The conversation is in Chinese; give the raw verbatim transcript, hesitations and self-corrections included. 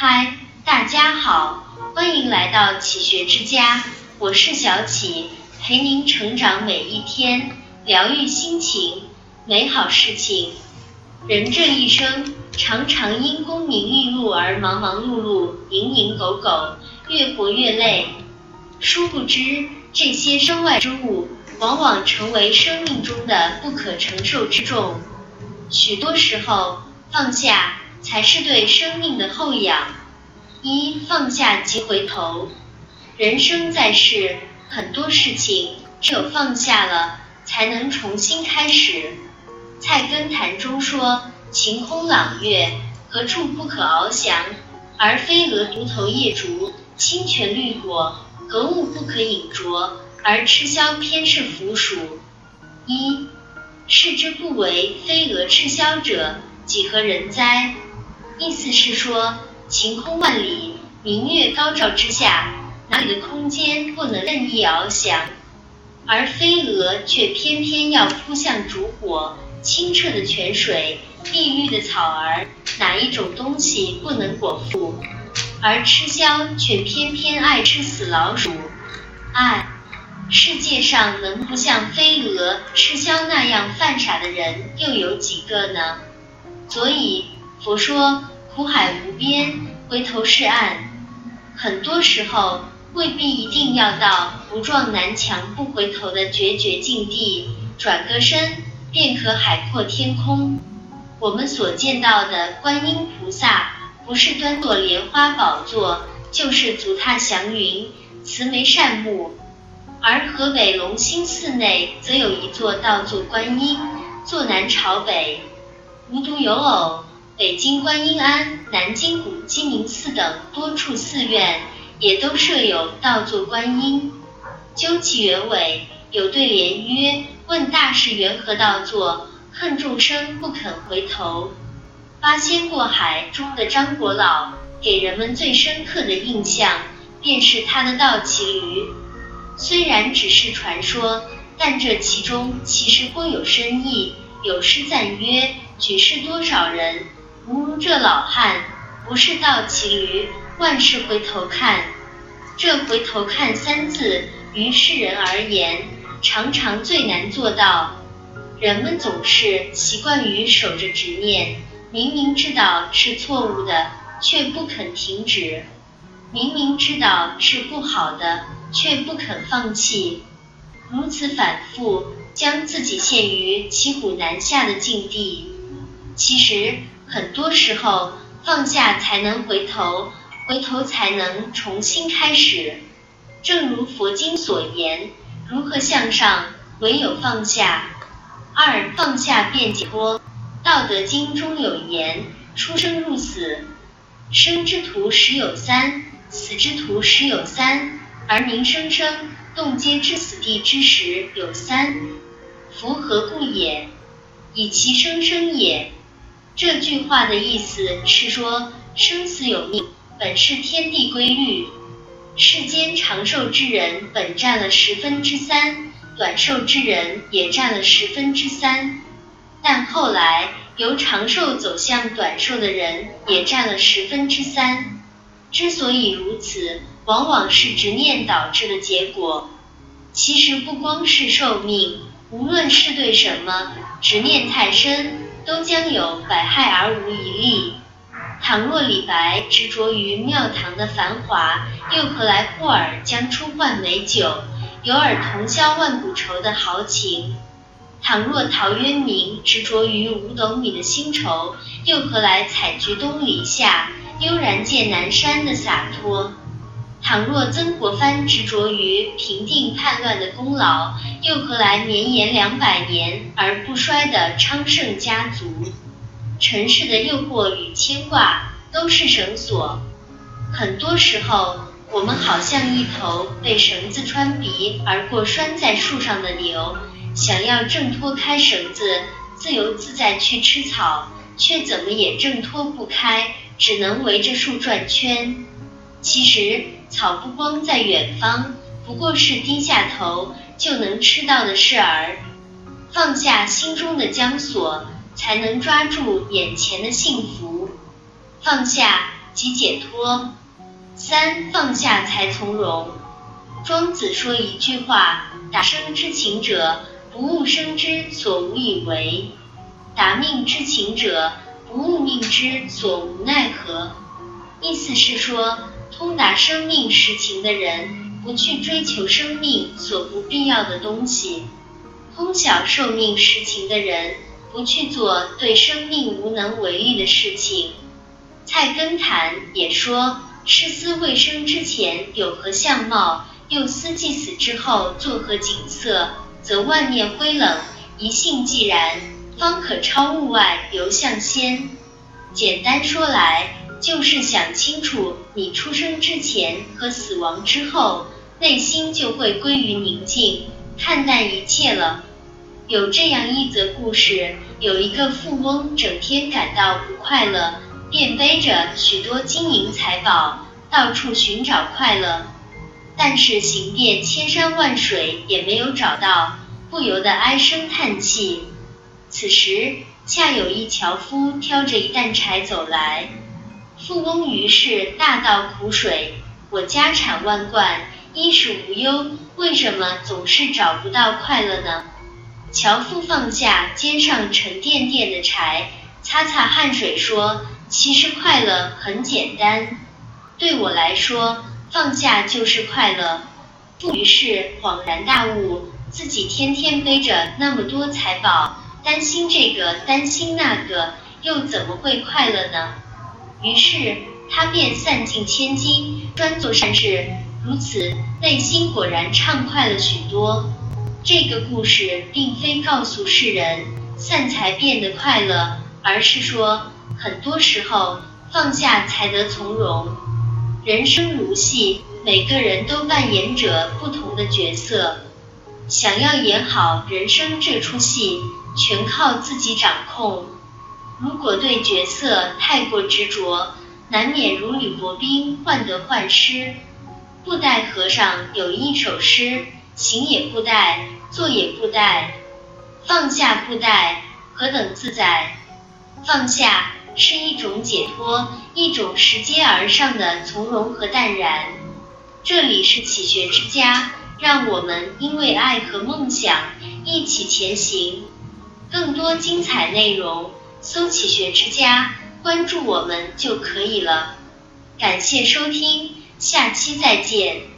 嗨，大家好，欢迎来到启学之家，我是小启，陪您成长每一天，疗愈心情，美好事情。人这一生，常常因功名利禄而忙忙碌碌，蝇营狗苟，越活越累。殊不知，这些身外之物，往往成为生命中的不可承受之重。许多时候，放下才是对生命的厚养。一，放下即回头。人生在世，很多事情只有放下了，才能重新开始。菜根谭中说：晴空朗月，何处不可翱翔？而飞蛾独头夜烛，清泉绿果，何物不可饮啄？而吃枭偏是腐鼠。一，视之不为飞蛾吃枭者，几何人哉？意思是说，晴空万里，明月高照之下，哪里的空间不能任意翱翔？而飞蛾却偏偏要扑向烛火，清澈的泉水，碧绿的草儿，哪一种东西不能果腹？而吃枭却偏偏爱吃死老鼠。唉，世界上能不像飞蛾吃枭那样犯傻的人又有几个呢？所以佛说苦海无边，回头是岸。很多时候未必一定要到不撞南墙不回头的决绝境地，转个身便可海阔天空。我们所见到的观音菩萨，不是端坐莲花宝座，就是足踏祥云，慈眉善目。而河北龙兴寺内则有一座倒坐观音，坐南朝北。无独有偶，北京观音庵、南京古鸡鸣寺等多处寺院也都设有倒坐观音。究其原委，有对联曰：问大事缘何倒坐，恨众生不肯回头。八仙过海中的张果老，给人们最深刻的印象便是他的倒骑驴。虽然只是传说，但这其中其实颇有深意。有诗赞曰：举世多少人，无如这老汉，不是倒骑驴，万事回头看。这回头看三字，于世人而言，常常最难做到。人们总是习惯于守着执念，明明知道是错误的，却不肯停止；明明知道是不好的，却不肯放弃。如此反复，将自己陷于骑虎难下的境地。其实很多时候，放下才能回头，回头才能重新开始。正如佛经所言，如何向上，唯有放下。二，放下便解脱。道德经中有言：出生入死，生之徒十有三，死之徒十有三，而民生生，动皆之死地之时有三。夫何故也？以其生生也。这句话的意思是说，生死有命，本是天地规律。世间长寿之人本占了十分之三，短寿之人也占了十分之三。但后来由长寿走向短寿的人也占了十分之三。之所以如此，往往是执念导致的结果。其实不光是寿命，无论是对什么，执念太深，都将有百害而无一利。倘若李白执着于庙堂的繁华，又何来霍尔将出换美酒，有尔同销万古愁的豪情？倘若陶渊明执着于五斗米的薪酬，又何来采菊东篱下，悠然见南山的洒脱？倘若曾国藩执着于平定叛乱的功劳，又何来绵延两百年而不衰的昌盛家族？尘世的诱惑与牵挂都是绳索，很多时候我们好像一头被绳子穿鼻而过拴在树上的牛，想要挣脱开绳子，自由自在去吃草，却怎么也挣脱不开，只能围着树转圈。其实草不光在远方，不过是低下头就能吃到的事儿。放下心中的枷锁，才能抓住眼前的幸福。放下即解脱。三、放下才从容。庄子说一句话：达生之情者，不务生之所无以为；达命之情者，不务命之所无奈何。意思是说，通达生命实情的人，不去追求生命所不必要的东西；通晓寿命实情的人，不去做对生命无能为力的事情。菜根谭也说，诗思未生之前有何相貌，又思既死之后作何景色，则万念灰冷，一性寂然，方可超物外游向仙。简单说来，就是想清楚你出生之前和死亡之后，内心就会归于宁静，看淡一切了。有这样一则故事，有一个富翁整天感到不快乐，便背着许多金银财宝，到处寻找快乐。但是行遍千山万水也没有找到，不由得唉声叹气。此时恰有一樵夫挑着一担柴走来，富翁于是大倒苦水：我家产万贯，衣食无忧，为什么总是找不到快乐呢？樵夫放下肩上沉甸甸的柴，擦擦汗水说：其实快乐很简单，对我来说，放下就是快乐。于是恍然大悟，自己天天背着那么多财宝，担心这个担心那个，又怎么会快乐呢？于是他便散尽千金，专做善事，如此内心果然畅快了许多。这个故事并非告诉世人散财变得快乐，而是说很多时候放下才得从容。人生如戏，每个人都扮演着不同的角色，想要演好人生这出戏，全靠自己掌控。如果对角色太过执着，难免如履薄冰，患得患失。布袋和尚有一首诗：行也不殆，坐也不殆，放下布袋，何等自在。放下是一种解脱，一种拾阶而上的从容和淡然。这里是启学之家，让我们因为爱和梦想一起前行。更多精彩内容，搜启学之家，关注我们就可以了。感谢收听，下期再见。